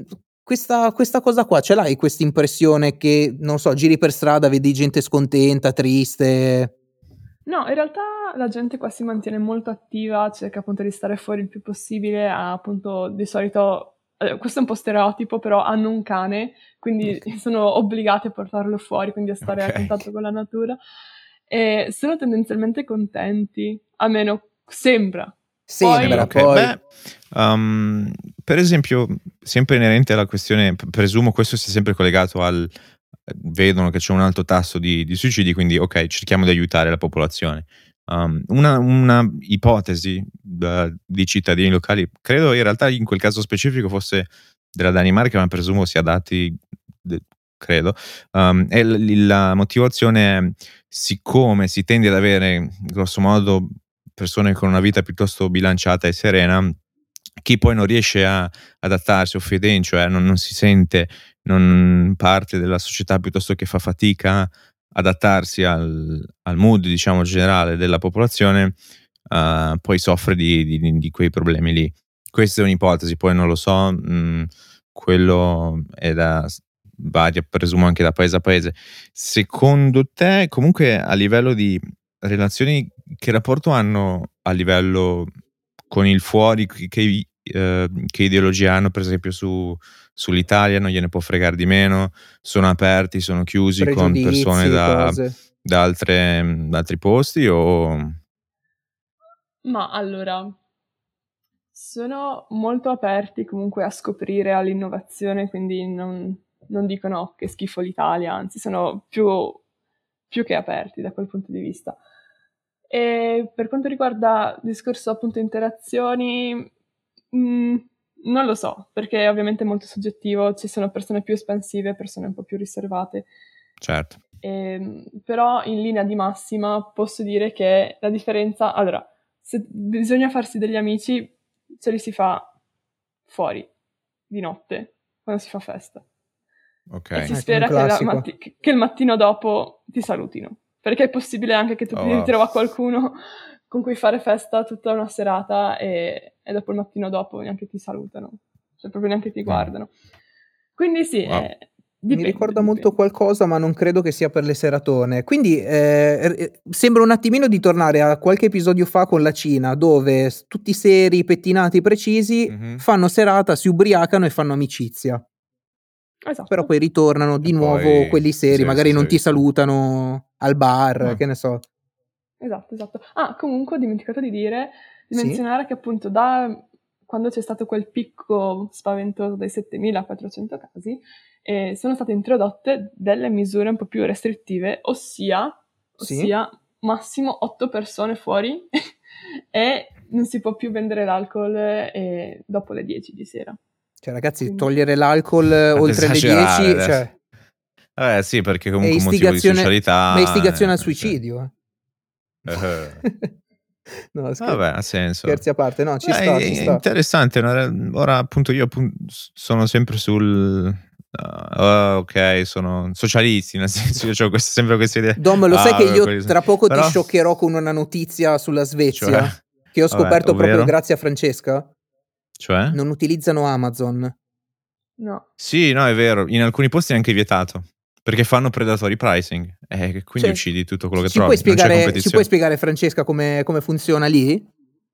Questa questa cosa qua ce l'hai questa impressione che, non so, giri per strada, vedi gente scontenta, triste? No, in realtà la gente qua si mantiene molto attiva, cerca appunto di stare fuori il più possibile, ha appunto di solito, eh, questo è un po' stereotipo, però hanno un cane, quindi Okay. sono obbligati a portarlo fuori, quindi a stare a Okay. contatto con la natura. E sono tendenzialmente contenti, almeno sembra. Sembra, Poi, Ok, poi beh, um, per esempio, sempre inerente alla questione, p- presumo questo sia sempre collegato al, vedono che c'è un alto tasso di, di suicidi, quindi ok, cerchiamo di aiutare la popolazione. Um, una, una ipotesi da- di cittadini locali, credo in realtà in quel caso specifico fosse della Danimarca, ma presumo sia dati, de- credo, um, è l- la motivazione è, siccome si tende ad avere grosso modo persone con una vita piuttosto bilanciata e serena, chi poi non riesce a adattarsi o fade in, cioè non, non si sente non parte della società, piuttosto che fa fatica a adattarsi al, al mood, diciamo, generale della popolazione, eh, poi soffre di, di- di quei problemi lì. Questa è un'ipotesi, poi non lo so, mh, quello è da varia, presumo anche da paese a paese. Secondo te, comunque, a livello di relazioni, che rapporto hanno a livello con il fuori, che, che, eh, che ideologia hanno, per esempio, su, sull'Italia? Non gliene può fregare di meno? Sono aperti, sono chiusi con persone pregiudizi, da, cose. da altre, da altri posti o... ma allora, sono molto aperti comunque a scoprire all'innovazione, quindi non, non dicono "Oh, che schifo l'Italia", anzi sono più, più che aperti da quel punto di vista. E per quanto riguarda il discorso appunto interazioni, mh, non lo so, perché ovviamente è molto soggettivo, ci sono persone più espansive, persone un po' più riservate. Certo. Ehm, però in linea di massima posso dire che la differenza, allora, se bisogna farsi degli amici, ce li si fa fuori, di notte, quando si fa festa. Ok. E si Ecco, un spera che, la classico. matti- che il mattino dopo ti salutino. Perché è possibile anche che tu Oh, ti wow. ritrova qualcuno con cui fare festa tutta una serata e, e dopo il mattino dopo neanche ti salutano, cioè proprio neanche ti Mm. guardano. Quindi sì, Wow. eh, Mi dipende, ricorda molto dipende. qualcosa, ma non credo che sia per le seratone. Quindi eh, r- eh, sembra un attimino di tornare a qualche episodio fa con la Cina, dove s- tutti seri, pettinati, precisi, Mhm. fanno serata, si ubriacano e fanno amicizia. Però Esatto. poi ritornano di E nuovo poi quelli si seri, è visto, magari si non è ti visto. salutano al bar, Ah, che ne so. Esatto, esatto. Ah, comunque ho dimenticato di dire, di Sì? menzionare che appunto da quando c'è stato quel picco spaventoso dei settemilaquattrocento casi, eh, sono state introdotte delle misure un po' più restrittive, ossia, Sì? ossia massimo otto persone fuori e non si può più vendere l'alcol eh, dopo le dieci di sera. Cioè, ragazzi, Quindi, togliere l'alcol ad oltre le esagerare dieci, adesso. cioè, Eh sì, perché è comunque un motivo di istigazione, ma è socialità. istigazione al eh, sì. suicidio. Eh, No, scher- Vabbè, ha senso. scherzi a parte, no, ci Beh, sta, è ci è sta. interessante. una- Ora appunto io appun- s- sono sempre sul... ah, ok, sono socialisti, nel senso io ho questa, sempre questa idea. Dom, lo sai Ah, che vabbè, io quelli sono- tra poco ti Però, scioccherò con una notizia sulla cioè, Svezia, che ho vabbè, scoperto proprio ovvero? grazie a Francesca? Cioè? Non utilizzano Amazon. no. Sì, no, è vero, in alcuni posti è anche vietato, perché fanno predatory pricing, e quindi Cioè, uccidi tutto quello che ci puoi trovi, non c'è spiegare, ci puoi competizione. spiegare, Francesca, come, come funziona lì?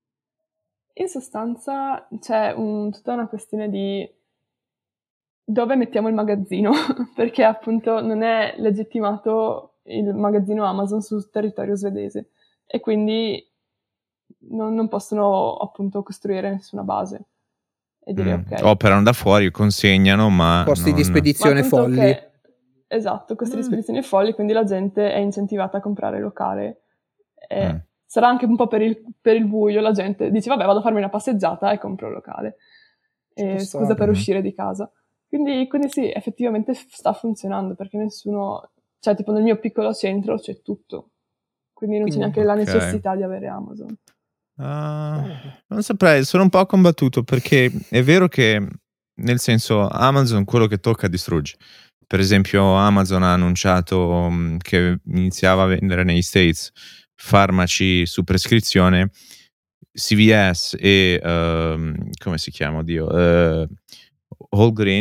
In sostanza c'è un- tutta una questione di dove mettiamo il magazzino, perché appunto non è legittimato il magazzino Amazon sul territorio svedese e quindi non, non possono appunto costruire nessuna base e dire Mm, ok. Operano da fuori, consegnano, ma Costi di non... Ma spedizione tanto folli. che, esatto, queste Mm. spedizioni folli, quindi la gente è incentivata a comprare locale. E Mm. sarà anche un po' per il, per il buio, la gente dice vabbè vado a farmi una passeggiata e compro locale. Ci può E scusa stare. per Mhm. uscire di casa. Quindi, quindi sì, effettivamente f- sta funzionando perché nessuno, cioè tipo nel mio piccolo centro c'è tutto, quindi non c'è Quindi, neanche la Ok. necessità di avere Amazon. Ah, bene. non saprei, sono un po' combattuto perché è vero che, nel senso, Amazon quello che tocca distrugge. Per esempio, Amazon ha annunciato mh, che iniziava a vendere negli States farmaci su prescrizione, C V S e ehm, come si chiama, Dio? Eh, Walgreens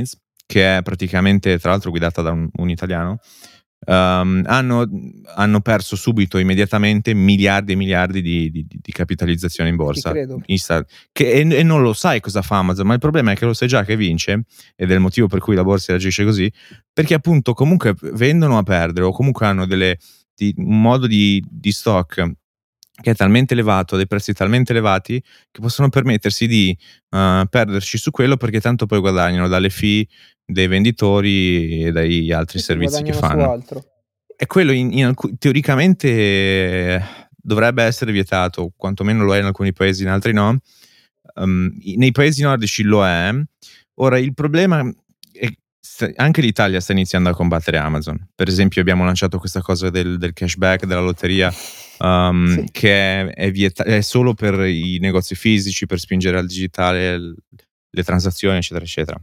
che è praticamente, tra l'altro, guidata da un, un italiano, um, hanno, hanno perso subito, immediatamente, miliardi e miliardi di, di, di capitalizzazione in borsa. Ti credo. Insta- che, e, e non lo sai cosa fa Amazon, ma il problema è che lo sai già che vince, ed è il motivo per cui la borsa reagisce così, perché appunto comunque vendono a perdere, o comunque hanno delle, di, un modo di, di stock che è talmente elevato, dei prezzi talmente elevati, che possono permettersi di uh, perderci su quello, perché tanto poi guadagnano dalle fee dei venditori e dagli altri Sì, sì, servizi che guadagnano su fanno. altro. E quello in, in alc- teoricamente eh, dovrebbe essere vietato, quantomeno lo è in alcuni paesi, in altri no. Um, i- nei paesi nordici lo è. Ora, il problema è st- anche l'Italia sta iniziando a combattere Amazon. Per esempio, abbiamo lanciato questa cosa del, del cashback, della lotteria, um, Sì. che è, è, vieta- è solo per i negozi fisici, per spingere al digitale l- le transazioni, eccetera, eccetera.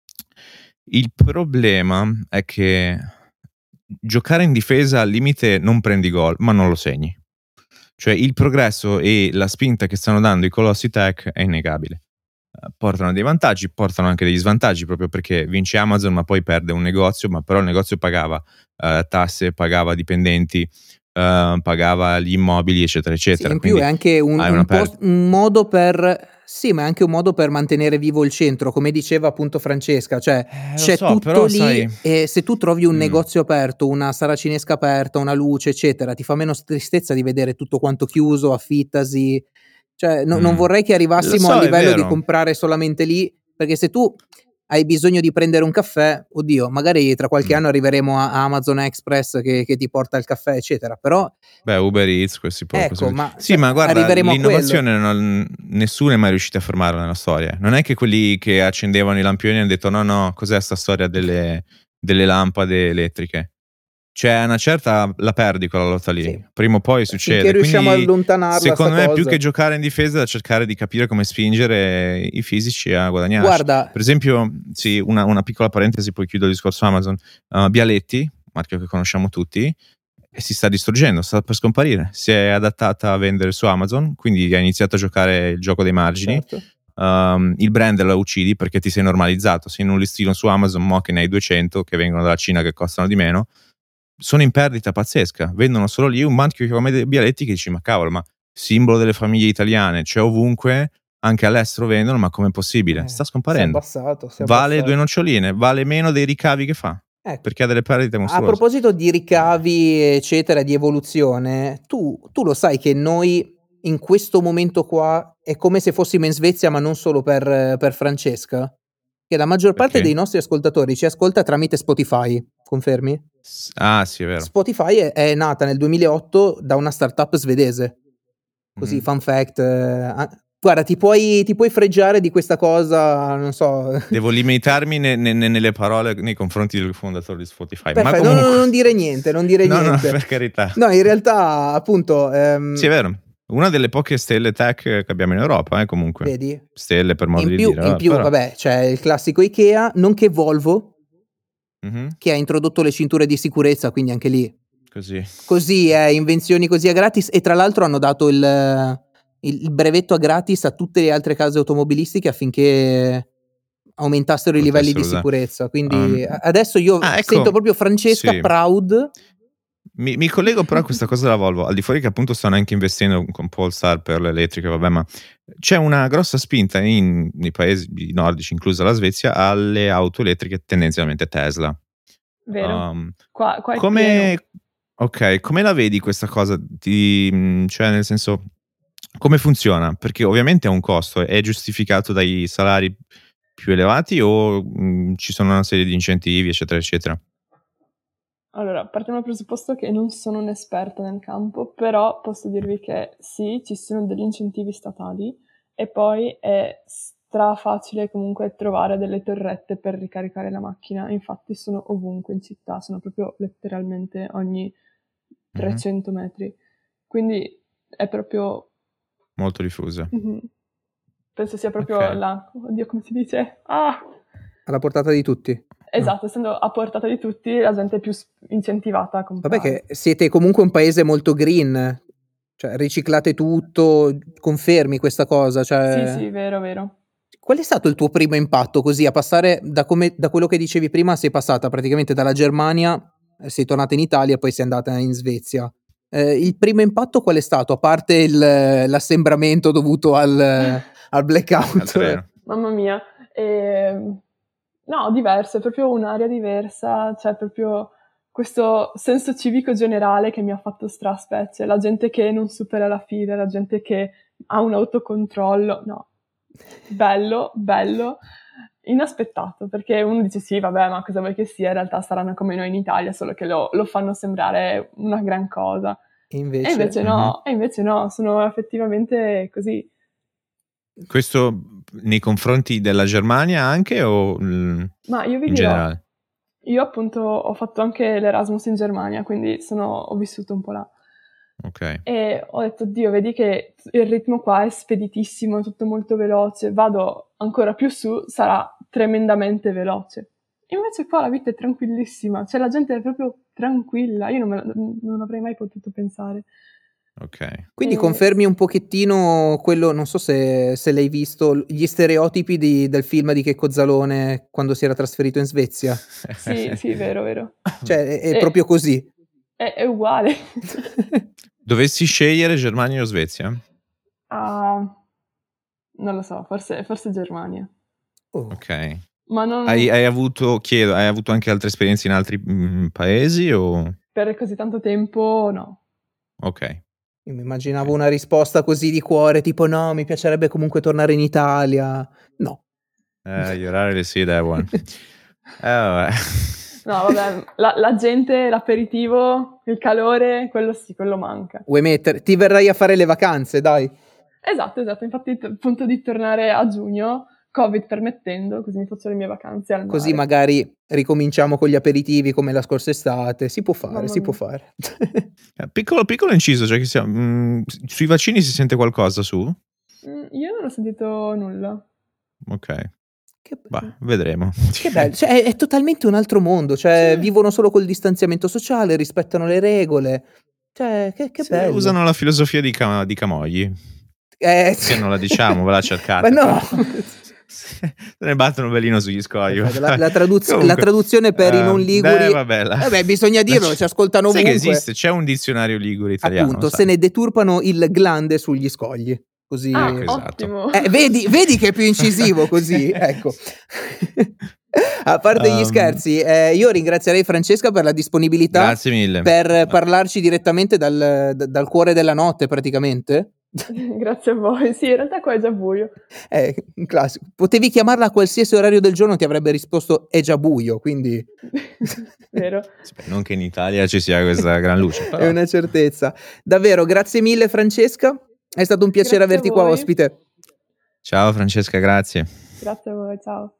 Il problema è che giocare in difesa al limite non prendi gol, ma non lo segni. Cioè il progresso e la spinta che stanno dando i colossi tech è innegabile. Uh, portano dei vantaggi, portano anche degli svantaggi, proprio perché vince Amazon ma poi perde un negozio, ma però il negozio pagava uh, tasse, pagava dipendenti, uh, pagava gli immobili, eccetera, eccetera. Sì, in più è anche un, un, per... po- un modo per... Sì, ma è anche un modo per mantenere vivo il centro, come diceva appunto Francesca, cioè eh, c'è so, tutto però, lì sai... e se tu trovi un mm. negozio aperto, una saracinesca aperta, una luce, eccetera, ti fa meno tristezza di vedere tutto quanto chiuso, affittasi, cioè no, mm. non vorrei che arrivassimo so, a livello di comprare solamente lì, perché se tu hai bisogno di prendere un caffè, oddio, magari tra qualche mm. anno arriveremo a Amazon Express che, che ti porta il caffè, eccetera, però... Beh, Uber Eats, questi po' Ecco, così. ma Sì, cioè, ma guarda, arriveremo l'innovazione non, nessuno è mai riuscito a fermarla nella storia. Non è che quelli che accendevano i lampioni hanno detto no, no, cos'è sta storia delle, delle lampade elettriche? Cioè, una certa la perdi quella lotta lì. Sì. Prima o poi Finché succede. riusciamo Quindi, a allontanarla, secondo sta me, cosa. più che giocare in difesa, da cercare di capire come spingere i fisici a guadagnarci. Guarda, per esempio, sì, una, una piccola parentesi, poi chiudo il discorso Amazon. Uh, Bialetti, marchio che conosciamo tutti, e si sta distruggendo, sta per scomparire. Si è adattata a vendere su Amazon, quindi ha iniziato a giocare il gioco dei margini. Certo. Um, il brand lo uccidi perché ti sei normalizzato. Sei in un listino su Amazon, mo che ne hai duecento che vengono dalla Cina, che costano di meno. Sono in perdita pazzesca. Vendono solo lì un marchio come Bialetti, che dici ma cavolo, ma simbolo delle famiglie italiane, c'è ovunque, anche all'estero vendono, ma com'è possibile? Eh, sta scomparendo. Si è abbassato, si è vale abbassato. due noccioline, vale meno dei ricavi che fa. Ecco. Perché ha delle perdite mostruose. A proposito di ricavi, eccetera, di evoluzione, tu, tu lo sai che noi in questo momento qua è come se fossimo in Svezia, ma non solo per, per Francesca? Che la maggior parte Perché? dei nostri ascoltatori ci ascolta tramite Spotify, confermi? Ah, sì, è vero. Spotify è, è nata nel duemilaotto da una startup svedese. Così, mm-hmm. fun fact. Eh, guarda, ti puoi, ti puoi fregiare di questa cosa, non so. Devo limitarmi ne, ne, nelle parole nei confronti del fondatore di Spotify. Perfetto, ma comunque... non, non dire niente, non dire no, niente. No, per carità. No, in realtà, appunto... Ehm, sì, è vero. Una delle poche stelle tech che abbiamo in Europa, eh, comunque. Vedi? Stelle per modo in di più, dire. In più, però... vabbè, c'è il classico Ikea, nonché Volvo, mm-hmm. che ha introdotto le cinture di sicurezza, quindi anche lì... Così. Così, eh, invenzioni così a gratis, e tra l'altro hanno dato il, il brevetto a gratis a tutte le altre case automobilistiche affinché aumentassero i livelli di sicurezza. Quindi um, adesso io ah, ecco, sento proprio Francesca sì. proud. Mi, mi collego però a questa cosa della Volvo, al di fuori che appunto stanno anche investendo con Polestar per le elettriche, vabbè, ma c'è una grossa spinta in, nei paesi nordici, inclusa la Svezia, alle auto elettriche, tendenzialmente Tesla. Vero. Um, qua, qua è come, pieno. ok, come la vedi questa cosa? Di, cioè, nel senso, come funziona? Perché ovviamente ha un costo, è giustificato dai salari più elevati o mh, ci sono una serie di incentivi, eccetera, eccetera? Allora, partiamo dal presupposto che non sono un'esperta nel campo, però posso dirvi che sì, ci sono degli incentivi statali e poi è stra facile comunque trovare delle torrette per ricaricare la macchina. Infatti sono ovunque in città, sono proprio letteralmente ogni trecento mm-hmm. metri. Quindi è proprio... molto diffusa. Mm-hmm. Penso sia proprio okay. la... Oddio, come si dice? Ah! Alla portata di tutti. Esatto, essendo a portata di tutti, la gente è più incentivata a comprare. Vabbè che siete comunque un paese molto green, cioè riciclate tutto, confermi questa cosa? Cioè... Sì, sì, vero, vero. qual è stato il tuo primo impatto così a passare da, come, da quello che dicevi prima, sei passata praticamente dalla Germania, sei tornata in Italia e poi sei andata in Svezia. Eh, il primo impatto qual è stato, a parte il, l'assembramento dovuto al, al blackout? Mamma mia, eh, no, diverso, è proprio un'area diversa, cioè proprio questo senso civico generale che mi ha fatto straspecie, la gente che non supera la fila, la gente che ha un autocontrollo, no, bello, bello, inaspettato, perché uno dice sì, vabbè, ma cosa vuoi che sia, in realtà saranno come noi in Italia, solo che lo, lo fanno sembrare una gran cosa. E invece, e invece no, uh-huh. e invece no, sono effettivamente così. Questo nei confronti della Germania anche o ma io vi in dirò, generale? Io appunto ho fatto anche l'Erasmus in Germania, quindi sono, ho vissuto un po' là. Ok. E ho detto, Dio, vedi che il ritmo qua è speditissimo, è tutto molto veloce, vado ancora più su, sarà tremendamente veloce. Invece qua la vita è tranquillissima, cioè la gente è proprio tranquilla, io non, me la, non avrei mai potuto pensare. Ok. Quindi e... confermi un pochettino quello, non so se, se l'hai visto, gli stereotipi di, del film di Checco Zalone quando si era trasferito in Svezia? Sì, sì, vero, vero. Cioè è, è e... proprio così. È, è uguale. Dovessi scegliere Germania o Svezia? Uh, non lo so, forse, forse Germania. Oh. Ok. Ma non... hai, hai avuto, chiedo, hai avuto anche altre esperienze in altri mh, paesi o? Per così tanto tempo no. Ok. Io mi immaginavo okay. una risposta così di cuore, tipo no, mi piacerebbe comunque tornare in Italia. No. Eh, gli orari le sì, Devon. eh, vabbè. No, vabbè, la, la gente, l'aperitivo, il calore, quello sì, quello manca. Vuoi mettere? Ti verrai a fare le vacanze, dai. Esatto, esatto, infatti appunto di tornare a giugno, Covid permettendo, così mi faccio le mie vacanze al mare. Così magari ricominciamo con gli aperitivi come la scorsa estate, si può fare, Mamma si mia. può fare. piccolo, piccolo inciso, cioè che siamo, mh, sui vaccini si sente qualcosa su? Mm, io non ho sentito nulla. Ok. Che bah, vedremo. Che bello, cioè, è, è totalmente un altro mondo, cioè sì. vivono solo col distanziamento sociale, rispettano le regole, cioè che, che sì, bello. Usano la filosofia di, Cam- di Camogli, eh, che non la diciamo, ve la cercate. Ma no! Se ne battono un velino sugli scogli. La, la, traduz- Comunque, la traduzione per uh, i non liguri, beh, vabbè, la... vabbè, bisogna dirlo, c- ci ascoltano sai ovunque. Che esiste, c'è un dizionario ligure italiano. Appunto, sai. se ne deturpano il glande sugli scogli. Così... Ah, esatto. ottimo. Eh, vedi, vedi che è più incisivo così, ecco. A parte gli um, scherzi, eh, io ringrazierei Francesca per la disponibilità. Grazie mille. Per parlarci direttamente dal, d- dal cuore della notte, praticamente. Grazie a voi. Sì, in realtà qua è già buio. È un classico. Potevi chiamarla a qualsiasi orario del giorno, ti avrebbe risposto è già buio, quindi... Vero. Non che in Italia ci sia questa gran luce. Però. È una certezza. Davvero, grazie mille Francesca. È stato un piacere grazie averti qua ospite. Ciao Francesca, grazie. Grazie a voi, ciao.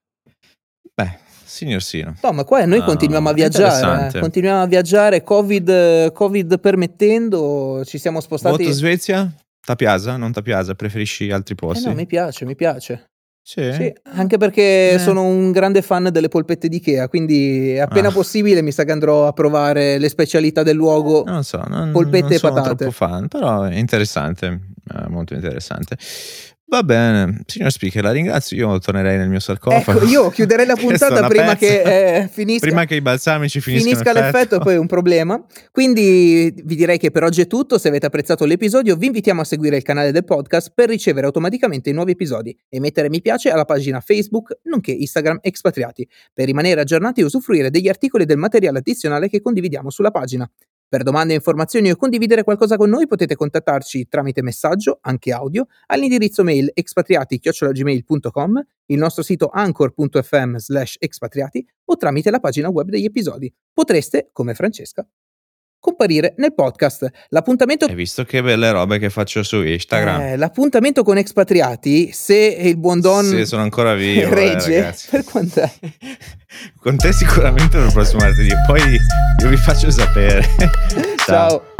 Beh, signor Sino. No, ma qua noi uh, continuiamo a viaggiare. Eh. Continuiamo a viaggiare, COVID, COVID permettendo, ci siamo spostati. Voto Svezia? Tapiasa? Non Tapiasa? Preferisci altri posti? Eh no, mi piace, mi piace. Sì? Sì, anche perché eh. sono un grande fan delle polpette di Ikea, quindi appena ah. possibile mi sa che andrò a provare le specialità del luogo. Non so, non, polpette non e sono patate. troppo fan, però è interessante, eh, molto interessante. Va bene, signor Speaker, la ringrazio, io tornerei nel mio sarcofago. Ecco, io chiuderei la puntata prima che eh, finisca prima che i balsamici finiscano finisca l'effetto e poi è un problema. Quindi vi direi che per oggi è tutto. Se avete apprezzato l'episodio vi invitiamo a seguire il canale del podcast per ricevere automaticamente i nuovi episodi e mettere mi piace alla pagina Facebook nonché Instagram Expatriati per rimanere aggiornati e usufruire degli articoli e del materiale addizionale che condividiamo sulla pagina. Per domande, informazioni o condividere qualcosa con noi potete contattarci tramite messaggio, anche audio, all'indirizzo mail expatriati chiocciola gmail punto com, il nostro sito anchor.fm slash expatriati o tramite la pagina web degli episodi. Potreste, come Francesca, comparire nel podcast. L'appuntamento... Hai visto che belle robe che faccio su Instagram? Eh, l'appuntamento con Expatriati, se il buon Don... Se sono ancora vivo, regge, eh, ragazzi. Per quant'è? Con te sicuramente per il prossimo martedì, poi io vi faccio sapere. Ciao. Ciao.